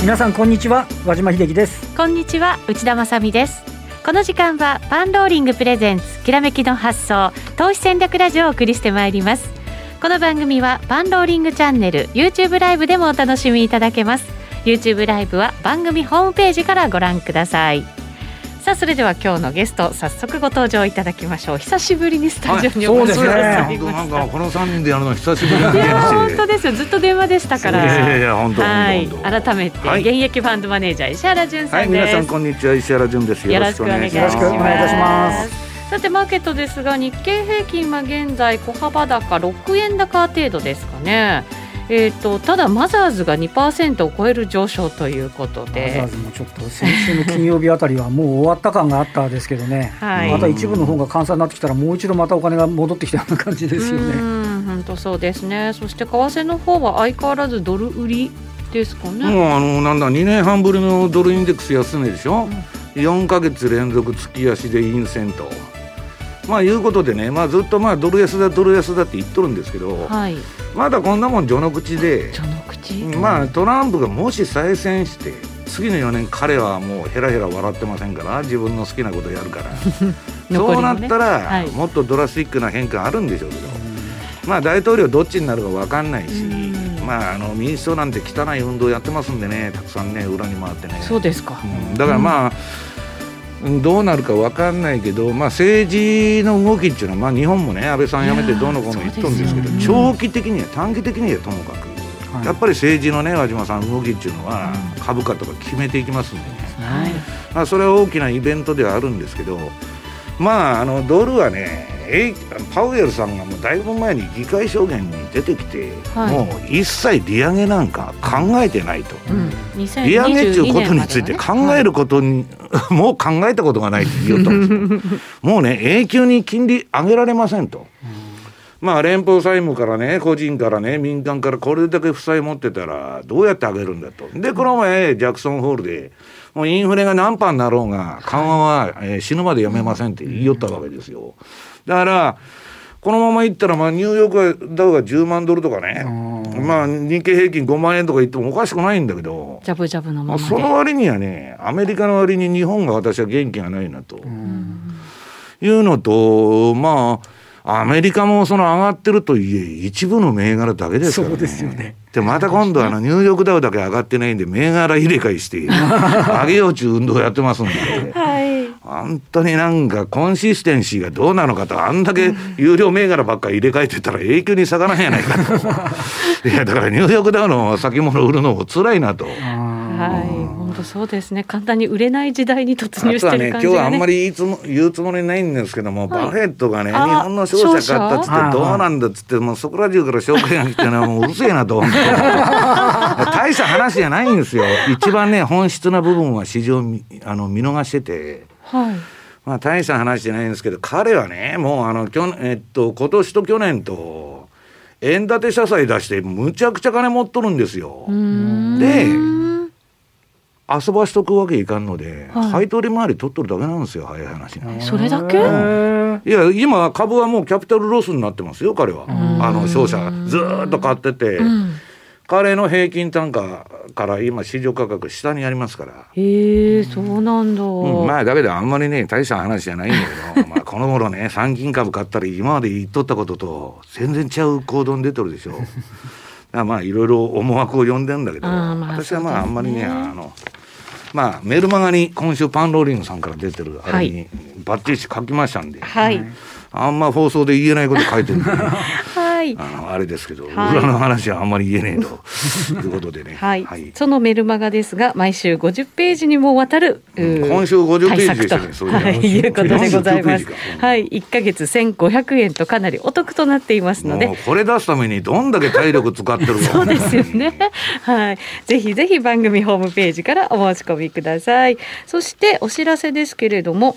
皆さんこんにちは、和島秀樹です。 こんにちは、内田まさみです。この時間はパンローリングプレゼンツきらめきの発想投資戦略ラジオをお送りしてまいります。この番組はパンローリングチャンネル YouTube ライブでもお楽しみいただけます。 YouTube ライブは番組ホームページからご覧ください。さあ、それでは今日のゲスト早速ご登場いただきましょう。久しぶりにスタジオにお越しくださいました。 なんかこの3人でやるの久しぶりなんで。 いや本当ですよ、ずっと電話でしたから。 いや本当、 はい、改めて、現役ファンドマネージャー石原潤さんです。 皆さんこんにちは、石原潤です。 よろしくお願いします。 よろしくお願いいたします。 さてマーケットですが、日経平均は現在小幅高6円高程度ですかね。ただマザーズが 2% を超える上昇ということで、 マザーズもちょっと先週の金曜日あたりはもう終わった感があったですけどね、はい、また一部の方が換算になってきたらもう一度またお金が戻ってきたような感じですよね。 本当そうですね。そして為替の方は相変わらずドル売りですかね。 もうなんだ2年半ぶりのドルインデックス安値でしょ、4ヶ月連続月足で陰線ということでね、ずっとドル安だドル安だって言っとるんですけど、はい、まだこんなもん序の口で、トランプがもし再選して次の4年彼はもうヘラヘラ笑ってませんから、自分の好きなことやるからそうなったら、もっとドラスティックな変化あるんでしょうけど、大統領どっちになるか分かんないし、民主党なんて汚い運動やってますんでね、たくさんね裏に回ってね。 そうですか、 だからどうなるか分かんないけど、政治の動きっていうのは、日本もね安倍さん辞めてどうのこうの言っとるんですけど、長期的には短期的にはともかく、やっぱり政治のね和島さん動きっていうのは株価とか決めていきますんでね、それは大きなイベントではあるんですけど、ドルはねパウエルさんがもうだいぶ前に議会証言に出てきて、もう一切利上げなんか考えてないと、利上げっていうことについて考えることに、もう考えたことがないって言ったんですよもうね永久に金利上げられませんと、連邦債務からね個人からね民間からこれだけ負債持ってたらどうやって上げるんだと。でこの前ジャクソンホールでもうインフレが何パーになろうが緩和は、死ぬまでやめませんって言いよったわけですよ。だからこのままいったら、ニューヨークダウが10万ドルとかね、日経平均5万円とか言ってもおかしくないんだけど、 ジャブジャブのままで、 その割にはねアメリカの割に日本が私は元気がないなというのと、アメリカもその上がってるといえ一部の銘柄だけですからね。 そうですよね。 でまた今度はニューヨークダウだけ上がってないんで銘柄入れ替えして上げようちゅう運動やってますんで、本当になんかコンシステンシーがどうなのかと、あんだけ有料銘柄ばっかり入れ替えてたら永久に下がらんやないかといやだからニューヨークダウの先物売るのも辛いなと。 本当そうですね。簡単に売れない時代に突入してる感じがね。 今日はあんまり言うつもりないんですけども、バフェットがね日本の商社買ったっつってどうなんだっつって、もうそこら中から紹介が来てもううるせえなと大した話じゃないんですよ。一番ね本質な部分は市場見逃してて、大した話じゃないんですけど、彼はねもう今年と去年と円建て社債出してむちゃくちゃ金持っとるんですよ。で遊ばしとくわけいかんので、配当利回り取っとるだけなんですよ、早い話に。 それだけ？ いや今株はもうキャピタルロスになってますよ彼は。商社ずっと買ってて、彼の平均単価から今市場価格下にありますから。 そうなんだ。 だけどあんまりね大した話じゃないんだけどこの頃ね参金株買ったり今まで言っとったことと全然違う行動に出てるでしょいろいろ思惑を呼んでんだけど、私はあんまりねメルマガに今週パンローリングさんから出てるあれにバッチリ書きましたんで、あんま放送で言えないこと書いてるんで、あれですけど、裏の話はあんまり言えねえということでね、 そのメルマガですが毎週50ページにもわたる今週50ページでしたね。そういうことでございます。1ヶ月1500円とかなりお得となっていますので、 もうこれ出すためにどんだけ体力使ってるかそうですよね。ぜひぜひ番組ホームページからお申し込みください。そしてお知らせですけれども、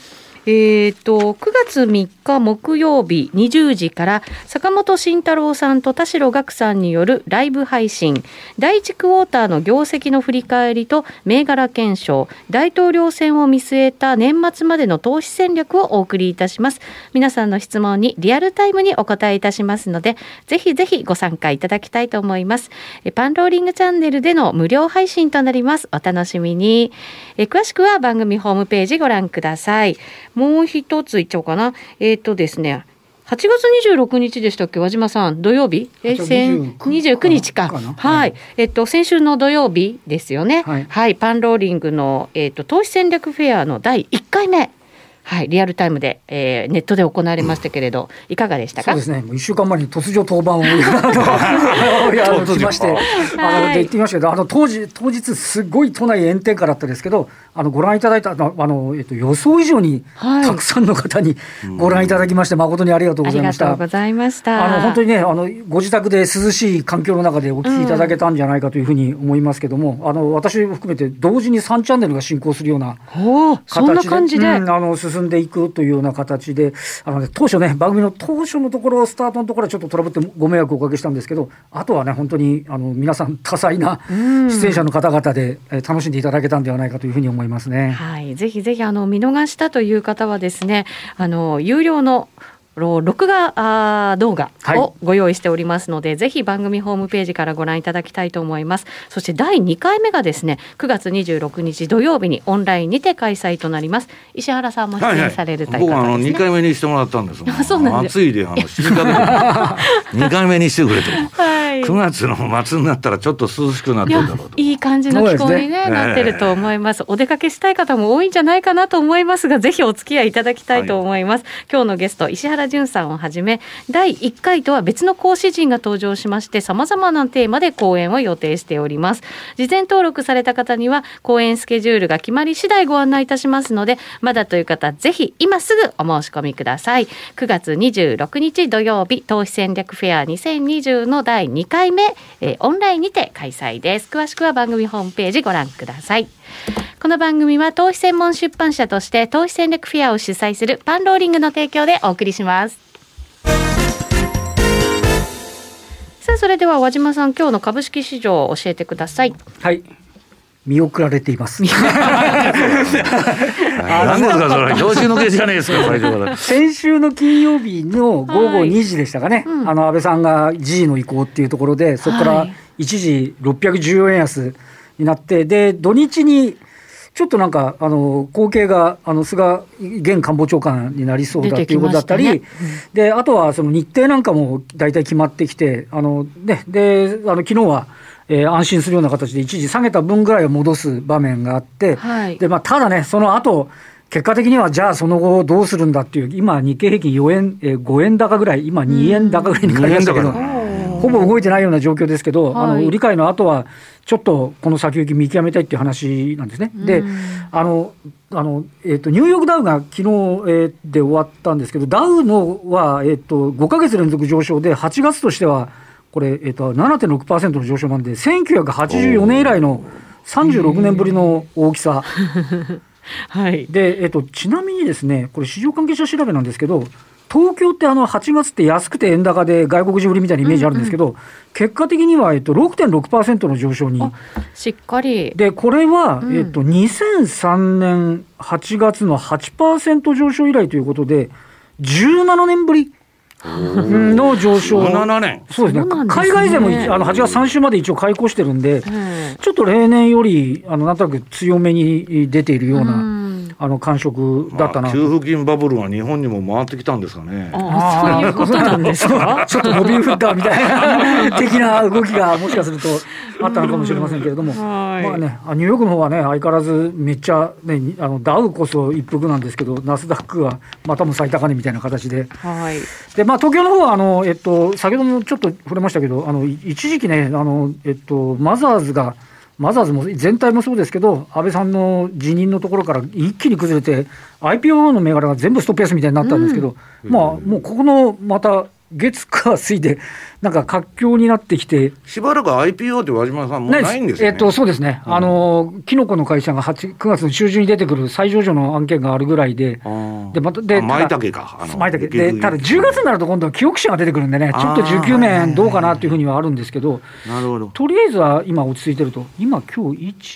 9月3日木曜日20時から坂本慎太郎さんと田代岳さんによるライブ配信、第1クォーターの業績の振り返りと銘柄検証、大統領選を見据えた年末までの投資戦略をお送りいたします。皆さんの質問にリアルタイムにお答えいたしますので、ぜひぜひご参加いただきたいと思います。パンローリングチャンネルでの無料配信となります。お楽しみに。詳しくは番組ホームページご覧ください。もう一ついっちゃおうかな。ですね、8月26日でしたっけ、和島さん、土曜日、29日か、はい、先週の土曜日ですよね。はい、はい、パンローリングの、投資戦略フェアの第1回目、はい、リアルタイムで、ネットで行われましたけれど、いかがでしたか？ そうですね、もう1週間前に突如登板をしまして、で行ってみましたけど、当日すごい都内炎天下だったですけど、ご覧いただいた予想以上にたくさんの方にご覧いただきまして、誠にありがとうございました。 ありがとうございました。 本当にね、ご自宅で涼しい環境の中でお聞きいただけたんじゃないかというふうに思いますけども、私を含めて同時に3チャンネルが進行するようなそんな感じで、 進んでいくというような形で、当初ね、番組の当初のところ、スタートのところはちょっとトラブってご迷惑をおかけしたんですけど、あとはね、本当に皆さん多彩な出演者の方々で楽しんでいただけたんではないかというふうに思いますね。 はい、ぜひぜひ見逃したという方はですね、有料の録画動画をご用意しておりますので、ぜひ番組ホームページからご覧いただきたいと思います。そして第2回目がですね、9月26日土曜日にオンラインにて開催となります。石原さんも出演されるということですね。 僕は2回目にしてもらったんです。 そうなんです。 暑いで死にかけて2回目にしてくれと、はい、9月の末になったらちょっと涼しくなってるだろうと。 いい感じの気候に、なってると思います。お出かけしたい方も多いんじゃないかなと思いますが、ぜひお付き合いいただきたいと思います。今日のゲスト、石原淳さんをはじめ、第1回とは別の講師陣が登場しまして、様々なテーマで講演を予定しております。事前登録された方には講演スケジュールが決まり次第ご案内いたしますので、まだという方ぜひ今すぐお申し込みください。9月26日土曜日、投資戦略フェア2020の第2回目、オンラインにて開催です。詳しくは番組ホームページご覧ください。この番組は投資専門出版社として投資戦略フェアを主催するパンローリングの提供でお送りします。さあ、それでは和島さん、今日の株式市場を教えてください。 はい、見送られています。 何ですかそれ、表紙のけじゃないですか。最初から先週の金曜日の午後2時でしたかね、安倍さんが G の意向っていうところで、そこから一時614円安になって、で土日にちょっとなんか後継が菅現官房長官になりそうだということだったり、であとはその日程なんかも大体決まってきて、で昨日は安心するような形で一時下げた分ぐらいを戻す場面があって、でただね、その後結果的にはじゃあその後どうするんだっていう、今日経平均4円、5円高ぐらい、今2円高ぐらいに変わりましたけど、ほぼ動いてないような状況ですけど、売り買いの後はちょっとこの先行き見極めたいっていう話なんですね。でニューヨークダウが昨日、で終わったんですけど、ダウのは、5ヶ月連続上昇で、8月としてはこれ、7.6% の上昇なんで、1984年以来の36年ぶりの大きさはい、でちなみにですね、これ市場関係者調べなんですけど、東京って8月って安くて円高で外国人売りみたいなイメージあるんですけど、結果的には6.6% の上昇に、 しっかりで、これは、2003年8月の 8% 上昇以来ということで、17年ぶりの上昇。 17年。 そうですね。海外勢も8月3週まで一応開講してるんで、ちょっと例年よりなんとなく強めに出ているような感触だったな。 給付金バブルは日本にも回ってきたんですかね。 そういうことなんですか。 ちょっとロビンフッダーみたいな的な動きがもしかするとあったのかもしれませんけれども、まあね、ニューヨークの方はね、相変わらずめっちゃ、ね、ダウこそ一服なんですけど、ナスダックはまたも最高値みたいな形で、で東京の方は先ほどもちょっと触れましたけど、一時期ね、マザーズも全体もそうですけど、安倍さんの辞任のところから一気に崩れて IPO の銘柄が全部ストップ安みたいになったんですけど、もうここのまた月火水でなんか活況になってきて、 しばらく IPO って和島さんもうないんですよね。 そうですね、キノコの会社が9月の中旬に出てくる再上場の案件があるぐらいで、 舞茸か、 舞茸で、ただ10月になると今度はキオクシアが出てくるんでね、ちょっと19面どうかなというふうにはあるんですけど、 なるほど。 とりあえずは今落ち着いてると、今日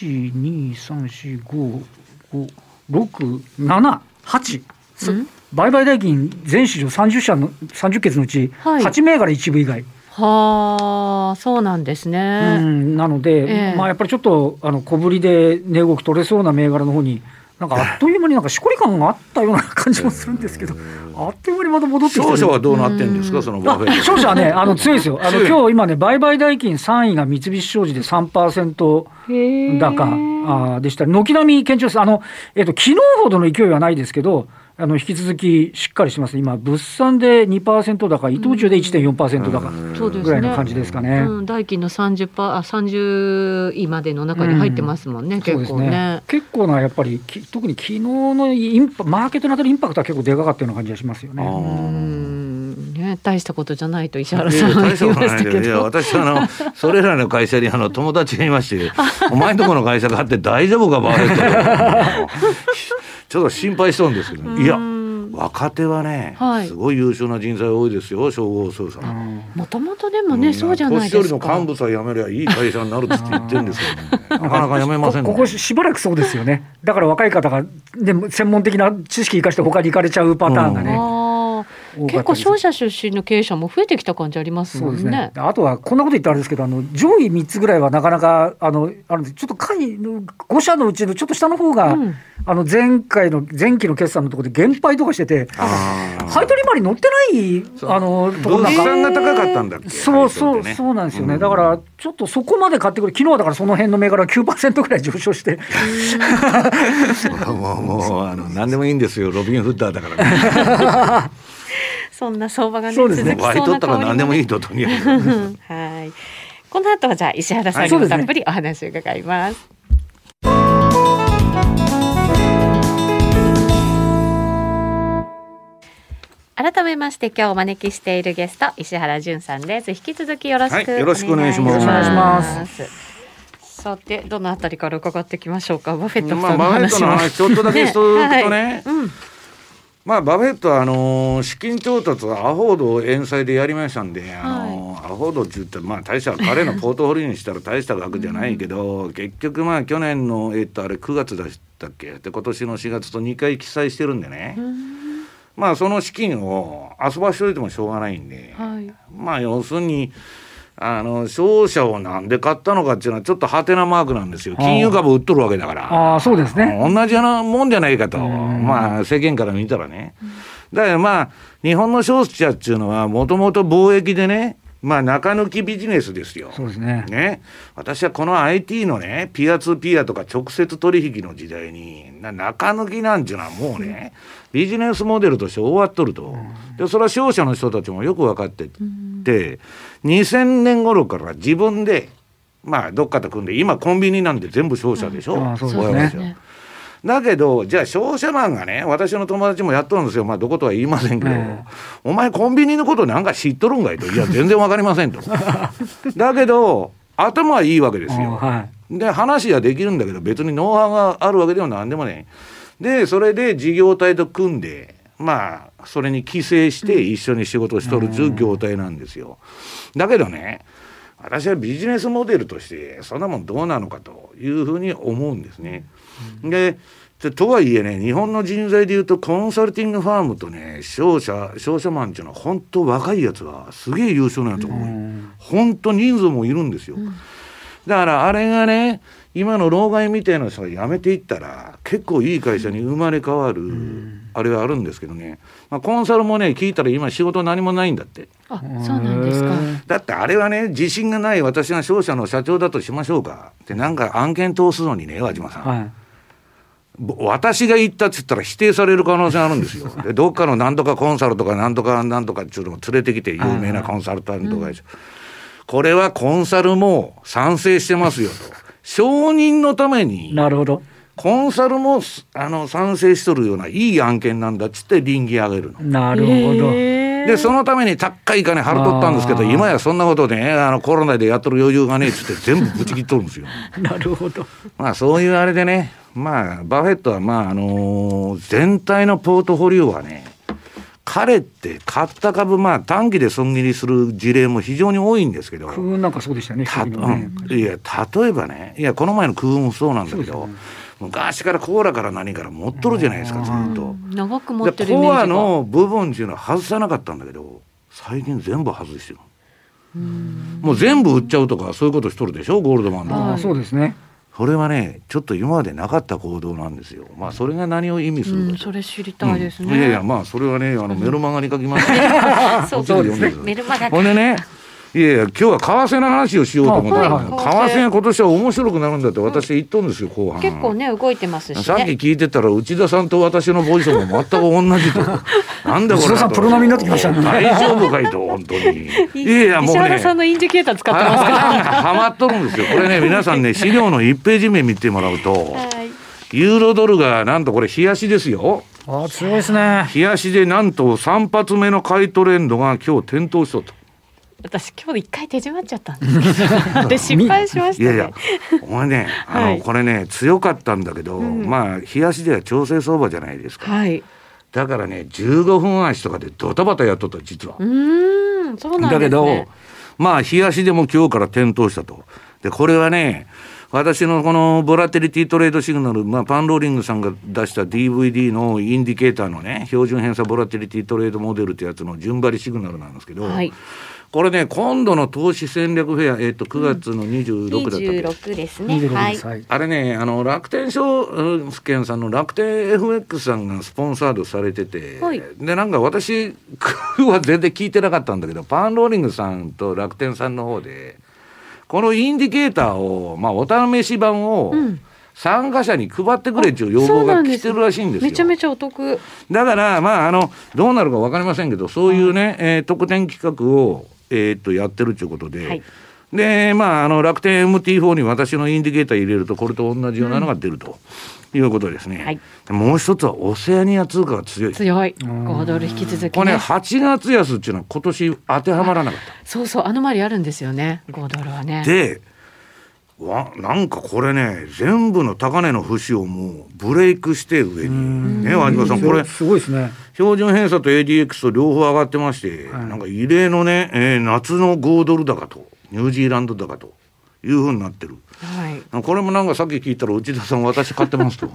1、2、3、4、5、5、6、7、8、売買代金全市場30件のうち8銘柄一部以外、 はあ、そうなんですね。 なので、やっぱりちょっと小ぶりで値動き取れそうな銘柄の方になんかあっという間になんかしこり感があったような感じもするんですけど、あっという間にまた戻ってきてる。 商社はどうなってるんですか、そのバフェット。 商社はね強いですよ。今日今ね、売買代金3位が三菱商事で 3% 高でした。軒並み堅調です。昨日ほどの勢いはないですけど、引き続きしっかりしてます。今物産で 2% 高、伊藤忠で 1.4% 高ぐらいの感じですかね。 代金の 30位までの中に入ってますもんね、結構ね。 結構なやっぱり特に昨日のマーケットのあたりインパクトは結構でかかったような感じがしますよね。 大したことじゃないと石原さんは言いましたけど、 いや私それらの会社に友達がいましてお前んとこの会社があって大丈夫かバフェットちょっと心配しとるんですけど、いや若手はね、すごい優秀な人材多いですよ、総合商社。 もともとでもね、そうじゃないですか。 年寄りの幹部さえ辞めりゃいい会社になるって言ってるんですけど、なかなか辞めませんね。 ここしばらくそうですよね。だから若い方がで専門的な知識生かして他に行かれちゃうパターンがね、 結構商社出身の経営者も増えてきた感じありますもんね。そうですね。 あとはこんなこと言ってあれですけど、上位3つぐらいはなかなかちょっと5社のうちのちょっと下の方が、前期の決算のところで減配とかしてて、配当利回り乗ってないところなんか、 物産が高かったんだっけ。 そうなんですよね。だからちょっとそこまで買ってくる。昨日はだからその辺の銘柄 9% ぐらい上昇してもう何でもいいんですよ、ロビンフッダーだからねそんな相場がね、続きそうな香りもね。 割り取ったら何でもいいと、とにかくはい。この後はじゃあ石原さんにもたっぷりお話を伺います。改めまして今日お招きしているゲスト石原潤さんです。引き続きよろしくお願いします。さてどのあたりから伺っていきましょうか。バフェットさんの話の話ちょっとだけしとくとね、バフェットは資金調達はアフォードを円債でやりましたんで、アフォードって言ったら大した彼のポートフォリオにしたら大した額じゃないけど、結局去年のあれ9月でしたっけで、今年の4月と2回記載してるんでね、その資金を遊ばしといてもしょうがないんで、要するに商社をなんで買ったのかっていうのはちょっとハテナマークなんですよ。金融株売っとるわけだから。 そうですね。 同じようなもんじゃないかと、世間から見たらね。だから日本の商社っていうのはもともと貿易でね、中抜きビジネスですよ。 そうですね。 私はこの IT のね、ピアツーピアとか直接取引の時代に中抜きなんていうのはもうね、ビジネスモデルとして終わっとると。でそれは商社の人たちもよく分かってて、2000年頃から自分でどっかと組んで、今コンビニなんで全部商社でしょ。 そうですね。 だけどじゃあ商社マンがね、私の友達もやっとるんですよ。どことは言いませんけど、お前コンビニのことなんか知っとるんかいと。いや全然わかりませんとだけど頭はいいわけですよ。で話はできるんだけど、別にノウハウがあるわけでは何でもね。でそれで事業体と組んでそれに寄生して一緒に仕事をしとるという業態なんですよ。だけどね、私はビジネスモデルとしてそんなもんどうなのかというふうに思うんですね。でとはいえね、日本の人材でいうとコンサルティングファームとね、商社マンっていうのは本当若いやつはすげえ優秀なやつが多い。本当人数もいるんですよ。だからあれがね、今の老害みたいな人が辞めていったら結構いい会社に生まれ変わるあれはあるんですけどね、コンサルもね聞いたら今仕事何もないんだって。 そうなんですか。 だってあれはね、自信がない私が商社の社長だとしましょうかってなんか案件通すのにね、和島さん、私が言ったっつったら否定される可能性あるんですよ。でどっかのなんとかコンサルとかなんとかなんとかっていうのを連れてきて、有名なコンサルタント会社、これはコンサルも賛成してますよと、承認のためにコンサルも賛成しとるようないい案件なんだっつって倫理上げるの。 なるほど。 でそのために高い金払っとったんですけど、今やそんなことねコロナでやっとる余裕がねえっつって全部ぶち切っとるんですよなるほど。 まあそういうあれでね、まあバフェットはまあ全体のポートフォリオはね、彼って買った株まあ短期で損切りする事例も非常に多いんですけど、 空運なんかそうでしたね。 いや例えばね、いやこの前の空運もそうなんだけど、昔からコーラから何から持っとるじゃないですか、ずっと長く持ってるイメージが。 コアの部分っていうのは外さなかったんだけど、最近全部外してる。もう全部売っちゃうとかそういうことしとるでしょ、ゴールドマンとか。 そうですね。 それはねちょっと今までなかった行動なんですよ。まあそれが何を意味するかと、 それ知りたいですね。 いやいやまあそれはねメルマガに書きますそうですね。メルマガ。 ほんでね、いやいや今日は為替の話をしようと思って、為替が今年は面白くなるんだって私言っとるんですよ、後半。 結構ね動いてますしね。 さっき聞いてたら内田さんと私のポジションも全く同じとなんだこれ、 内田さんプロ並みになってきましたね。 大丈夫かいと本当に。いやいやもうね、 石原さんのインジケーター使ってますからハマっとるんですよこれね。皆さんね資料の1ページ目見てもらうと、ユーロドルがなんとこれ冷やしですよ。 強いですね。 冷やしでなんと3発目の買いトレンドが今日点灯しとった。 私今日一回手締まっちゃったんですけどで失敗しましたね。 いやいやお前ねこれね強かったんだけど、まあ冷やしでは調整相場じゃないですか、だからね15分足とかでドタバタやっとった実は。 そうなんですね。 だけどまあ冷やしでも今日から点灯したと。でこれはね私のこのボラテリティトレードシグナル、パンローリングさんが出した DVD のインディケーターのね標準偏差ボラテリティトレードモデルってやつの順張りシグナルなんですけど、これね今度の投資戦略フェア、9月の26だったっけ、 26ですね、 あれね楽天証券さんの楽天 FX さんがスポンサードされてて、でなんか私は全然聞いてなかったんだけど、パンローリングさんと楽天さんの方でこのインディケーターを、お試し版を参加者に配ってくれっていう要望が来てるらしいんですよ。 めちゃめちゃお得だからどうなるか分かりませんけど、そういうね、特典企画をやってるということで、で楽天 MT4 に私のインディケーター入れるとこれと同じようなのが出るということですね、もう一つはオセアニア通貨が強い 5ドル引き続きね。 これね8月安っていうのは今年当てはまらなかった。 そうアノマリあるんですよね、5ドルはね。 でなんかこれね全部の高値の節をもうブレイクして上にね、和島さんこれすごいですね。 標準偏差と ADX と両方上がってまして、なんか異例のね、夏の5ドル高とニュージーランド高という風になってる、これもなんかさっき聞いたら内田さん私買ってますと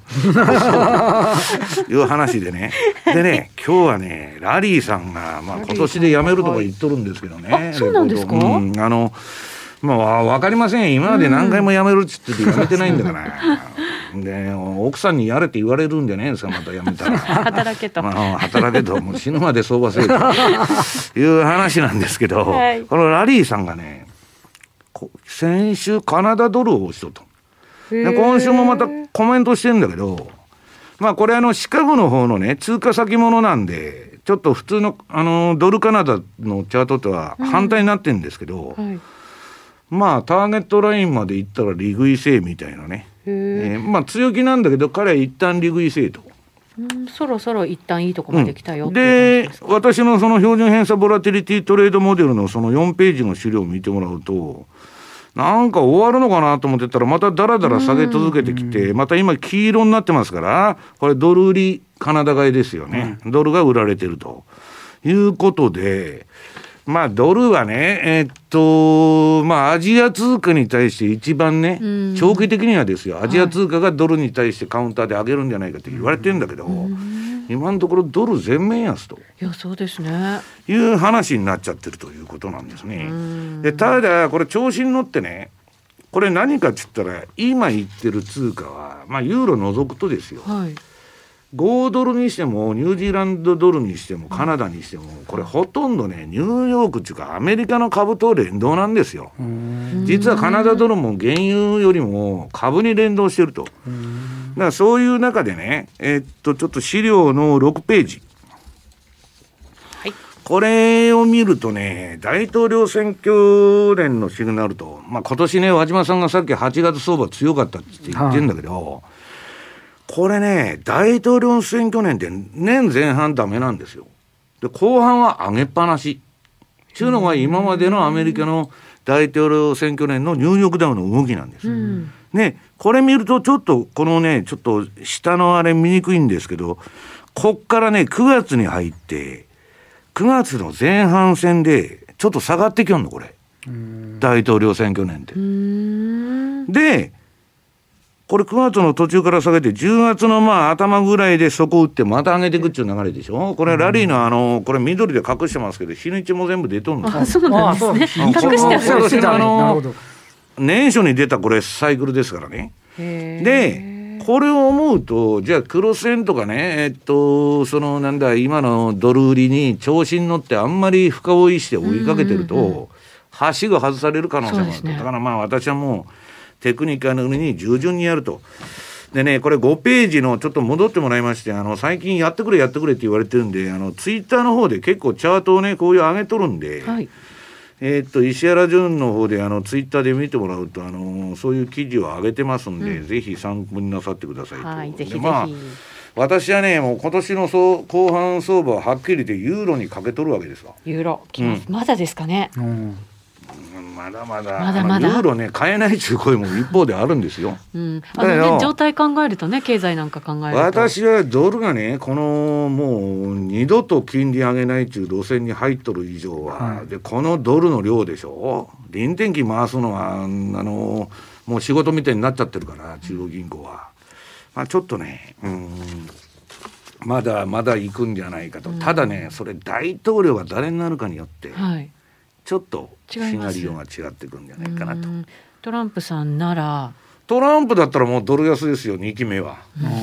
いう話でね。でね今日はねラリーさんが、今年で辞めるとか言っとるんですけどね。 そうなんですか。 分かりません。今まで何回も辞めるっつってて辞めてないんだからで奥さんにやれって言われるんじゃないですか、また辞めたら働けと、 働けともう死ぬまで相場せえという話なんですけど、このラリーさんがね先週カナダドルを押しとった。で今週もまたコメントしてるんだけど、これシカゴの方のね通貨先物なんでちょっと普通のドルカナダのチャートとは反対になってるんですけど、ターゲットラインまでいったら利食いせえみたいなね、強気なんだけど彼は一旦利食いせえと、 そろそろ一旦いいとこまで来たよっていう感じですか。で私のその標準偏差ボラティリティトレードモデルのその4ページの資料を見てもらうと、なんか終わるのかなと思ってたらまたダラダラ下げ続けてきて、また今黄色になってますから、これドル売りカナダ買いですよね、ドルが売られてるということで、ドルはねアジア通貨に対して一番ね、長期的にはですよ、アジア通貨がドルに対してカウンターで上げるんじゃないかって言われてるんだけど、今のところドル全面安とそうですねいう話になっちゃってるということなんですね。でただこれ調子に乗ってね、これ何かって言ったら今言ってる通貨は、ユーロ除くとですよ、5ドルにしてもニュージーランドドルにしてもカナダにしても、これほとんどねニューヨークっていうかアメリカの株と連動なんですよ。実はカナダドルも原油よりも株に連動してると。だからそういう中でね、ちょっと資料の6ページ、これを見るとね、大統領選挙連のシグナルと、今年ね和島さんがさっき8月相場強かったって言ってるんだけど、これね大統領選挙年って年前半ダメなんですよ。 で後半は上げっぱなしっていうのが今までのアメリカの大統領選挙年のニューヨークダウの動きなんです、ね、これ見るとちょっとこのねちょっと下のあれ見にくいんですけど、こっからね9月に入って9月の前半戦でちょっと下がってきよんのこれ大統領選挙年でこれ9月の途中から下げて10月のまあ頭ぐらいで底打ってまた上げていくっていう流れでしょ。これラリーのこれ緑で隠してますけど日にちも全部出とるんです。 あ、そうなんですね。隠してある。 年初に出たこれサイクルですからね。でこれを思うとじゃあ黒線とかねそのなんだ今のドル売りに調子に乗ってあんまり深追いして追いかけてると橋が外される可能性もある、だからまあ私はもうテクニカルに従順にやると。でねこれ5ページのちょっと戻ってもらいまして最近やってくれって言われてるんでツイッターの方で結構チャートをねこういう上げとるんで、はい、石原潤の方でツイッターで見てもらうとそういう記事を上げてますんで、ぜひ参考になさってくださいと。 はい、ぜひぜひ。 まあ私はねもう今年の後半相場ははっきり言ってユーロにかけとるわけですわ。 ユーロ来ます、まだですかね。 まだまだユーロね買えないという声も一方であるんですよ、 状態考えるとね経済なんか考えると私はドルがねこのもう二度と金利上げないという路線に入っとる以上は、でこのドルの量でしょ、臨転機回すのはもう仕事みたいになっちゃってるから中央銀行は、まあ、ちょっとねまだまだ行くんじゃないかと、ただねそれ大統領が誰になるかによって、ちょっとシナリオが違ってくるんじゃないかなと。 トランプさんならトランプだったらもうドル安ですよ。2期目は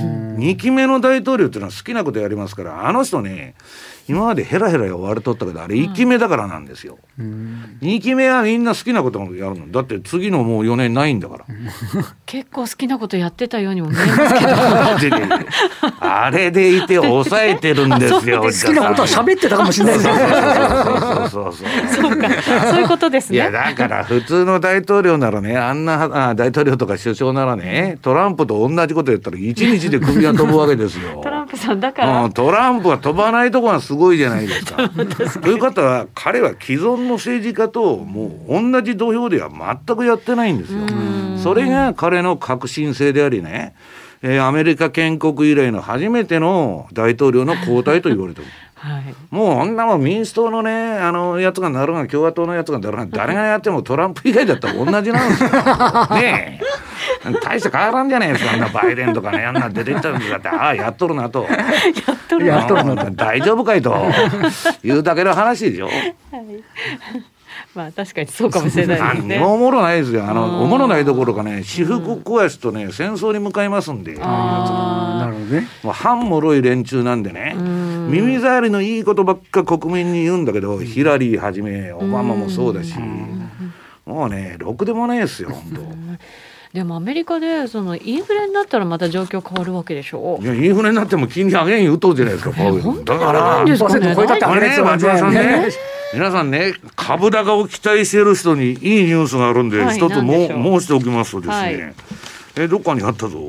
2期目の大統領っていうのは好きなことやりますから、あの人ね今までヘラヘラ言われとったけどあれ1期目だからなんですよ、2期目はみんな好きなことをやるのだって次のもう4年ないんだから結構好きなことやってたようにも見えますけどあれでいて抑えてるんですよ。 好きなことは喋ってたかもしれないですね。 そうかそういうことですね。 いやだから普通の大統領ならねあんな大統領とか首相ならねトランプと同じこと言ったら1日で首が飛ぶわけですよトランプさんだから、 トランプは飛ばないとこがすごいじゃないですかという方は彼は既存の政治家ともう同じ土俵では全くやってないんですよ。それが彼の革新性でありね、アメリカ建国以来の初めての大統領の交代と言われてるもう女も民主党のねやつがなるが共和党のやつがなるが誰がやってもトランプ以外だったら同じなんですよねえ大して変わらんじゃないですか。あんなバイデンとかねあんな出てきたんだってやっとるなとやっとるなと大丈夫かいというだけの話でしょ、 まあ確かにそうかもしれないですね。 何もおもろないですよ。おもろないどころかね私腹壊すとね戦争に向かいますんで、 なるほどね。もう反脆い連中なんでね耳障りのいいことばっか国民に言うんだけど、ヒラリーはじめオバマもそうだし、もうねろくでもないですよ本当。 でもアメリカでそのインフレになったらまた状況変わるわけでしょ。 いやインフレになっても金利上げん打とうじゃないですか。 本当なんですかね。 松田さんね皆さんね株高を期待している人にいいニュースがあるんで、一つ申しておきますとですね、どっかにあったぞ。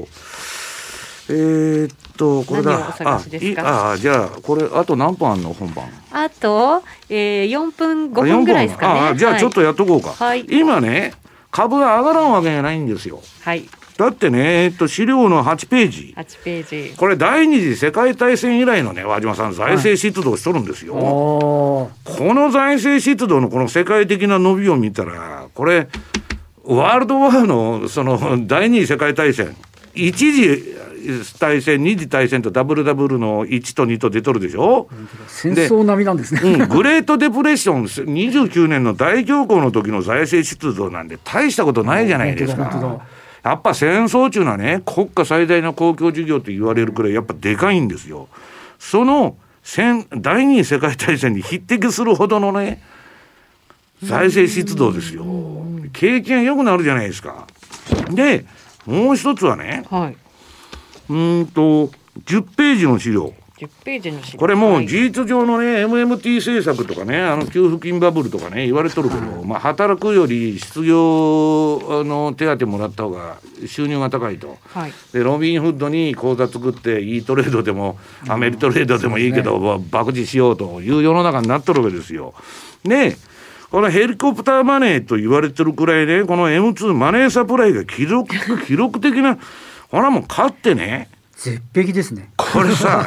これだ。じゃあこれあと何分あんの本番。 あと、4分5分ぐらいですかね。 じゃあちょっとやっとこうか。今ね株が上がらんわけがないんですよ。だってね、資料の8ページ。これ第二次世界大戦以来のね、和島さん財政出動しとるんですよ。この財政出動のこの世界的な伸びを見たら、これワールドワーのその第二次世界大戦、一次大戦二次大戦とダブルの1と2と出とるでしょ。 戦争並みなんですね。 グレートデプレッション29年の大恐慌の時の財政出動なんで大したことないじゃないですか。やっぱ戦争中のね国家最大の公共事業と言われるくらいやっぱでかいんですよ。その第二次世界大戦に匹敵するほどのね財政出動ですよ。経験良くなるじゃないですか。でもう一つはね、10ページの資料 10ページの資料、 これもう事実上のね MMT 政策とかね給付金バブルとかね言われとるけど、まあ、働くより失業の手当もらった方が収入が高いと、はい、でロビンフッドに口座作っていいトレードでもアメリトレードでもいいけど、博打しようという世の中になっとるわけですよ。ね、このヘリコプターマネーと言われてるくらいね、この M2 マネーサプライが記録的なほらもう勝ってね、 絶壁ですねこれさ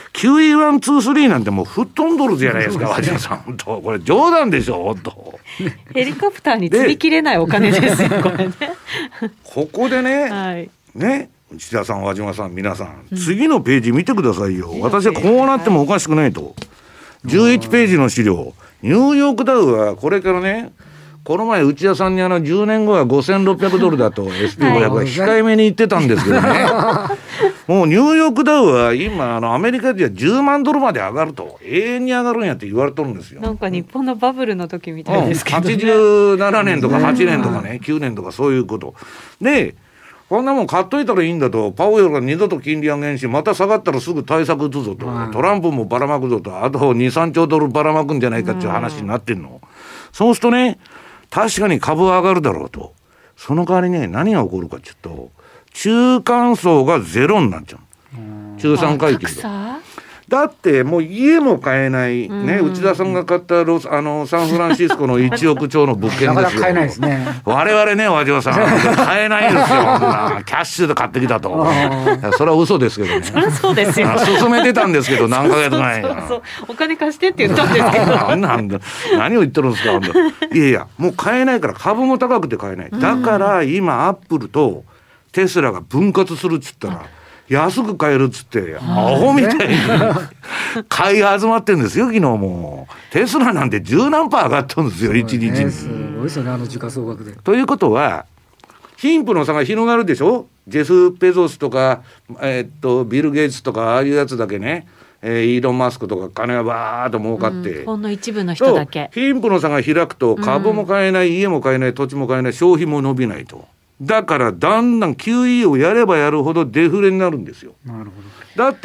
QE123 なんてもう吹っ飛んどるじゃないですか、和島さん。本当これ冗談でしょ本当。 ヘリコプターに積みきれないお金ですよこれね。 ここでね、 はい、 ね、内田さん、和島さん、皆さん、次のページ見てくださいよ。私はこうなってもおかしくないと。11ページの資料、ニューヨークダウはこれからね、この前内田さんに10年後は5600ドルだと SP500 は控えめに言ってたんですけどねもうニューヨークダウは今アメリカでは10万ドルまで上がると、永遠に上がるんやって言われとるんですよ。 なんか日本のバブルの時みたいですけどね、 87年とか8年とかね9年とかそういうことで、こんなもん買っといたらいいんだと、パウエルが二度と金利上げんし、また下がったらすぐ対策打つぞと、トランプもばらまくぞと、あと 2,3 兆ドルばらまくんじゃないかっていう話になってんの。そうするとね、確かに株は上がるだろうと。その代わりね、何が起こるかっていうと、中間層がゼロになっちゃう。中産階級で。だってもう家も買えないね、内田さんが買ったサンフランシスコの1億超の物件ですよ。 なかなか買えないですね。 我々ね、和島さん買えないですよ。キャッシュで買ってきたと。それは嘘ですけどね。 そりゃそうですよ。 進めてたんですけど何ヶ月前に。 そうお金貸してって言ったんですけど。 なんだ何を言ってるんですか。いやいや、もう買えないから、株も高くて買えない。だから今アップルとテスラが分割するっつったら。安く買えるっつってアホみたいに買い集まってるんですよ。昨日もテスラなんて10何%上がったんですよ、1日に。 すごいですよね、時価総額で。 ということは貧富の差が広がるでしょ。ジェフ・ベゾスとか、ビル・ゲイツとかああいうやつだけね、イーロン・マスクとか金がバーッと儲かって、 ほんの一部の人だけ貧富の差が開くと株も買えない、家も買えない、土地も買えない、消費も伸びないと。だからだんだん QE をやればやるほどデフレになるんですよ。 なるほど。 だって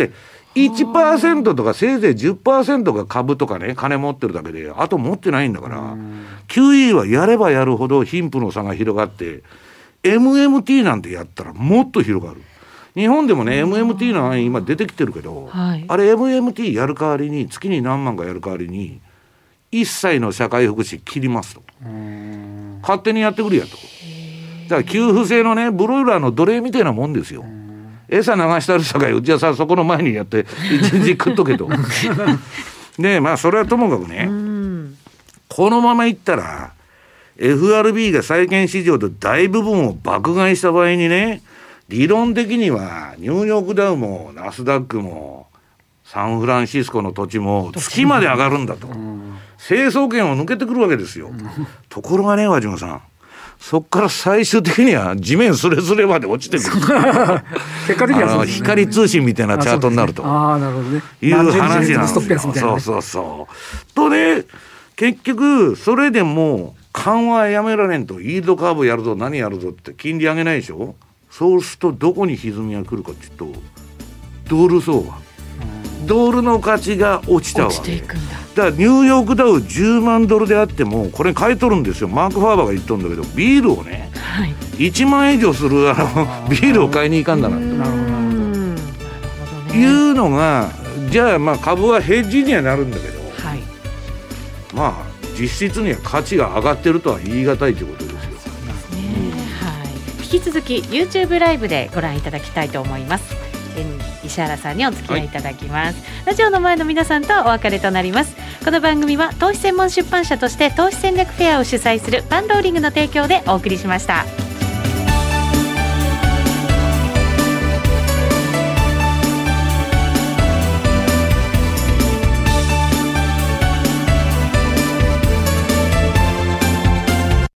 1% とかせいぜい 10% が株とかね金持ってるだけで、あと持ってないんだから、QE はやればやるほど貧富の差が広がって MMT なんてやったらもっと広がる。日本でもね MMT の案今出てきてるけど、はい、あれ MMT やる代わりに月に何万かやる代わりに一切の社会福祉切りますと、勝手にやってくれやと。だから給付制のねブロイラーの奴隷みたいなもんですよ。餌流したるさかいうちはさ、そこの前にやって一日食っとけとでまあそれはともかくね、このままいったら FRB が債券市場で大部分を爆買いした場合にね、理論的にはニューヨークダウもナスダックもサンフランシスコの土地も月まで上がるんだと、成層圏を抜けてくるわけですよ。ところがね和島さん、そこから最終的には地面スレスレまで落ちてくる結果的にはそうですね、 光通信みたいなチャートになると、 なるほどね、 いう話なんですよ。そうとね、結局それでも緩和やめられんと、イールドカーブやるぞ何やるぞって金利上げないでしょ。そうするとどこに歪みが来るかっていうと、ドル相場、ドルの価値が落ちたわけだから、ニューヨークダウ10万ドルであってもこれ買い取るんですよ。マーク・ファーバーが言っとるんだけど、ビールをね、はい、1万円以上するビールを買いに行かんだなというのが、じゃあまあ株はヘッジにはなるんだけど、はい、まあ実質には価値が上がってるとは言い難いということですよ。 引き続き YouTube ライブでご覧いただきたいと思います。石原さんにお付き合いいただきます、はい、ラジオの前の皆さんとお別れとなります。この番組は投資専門出版社として投資戦略フェアを主催するパンローリングの提供でお送りしました。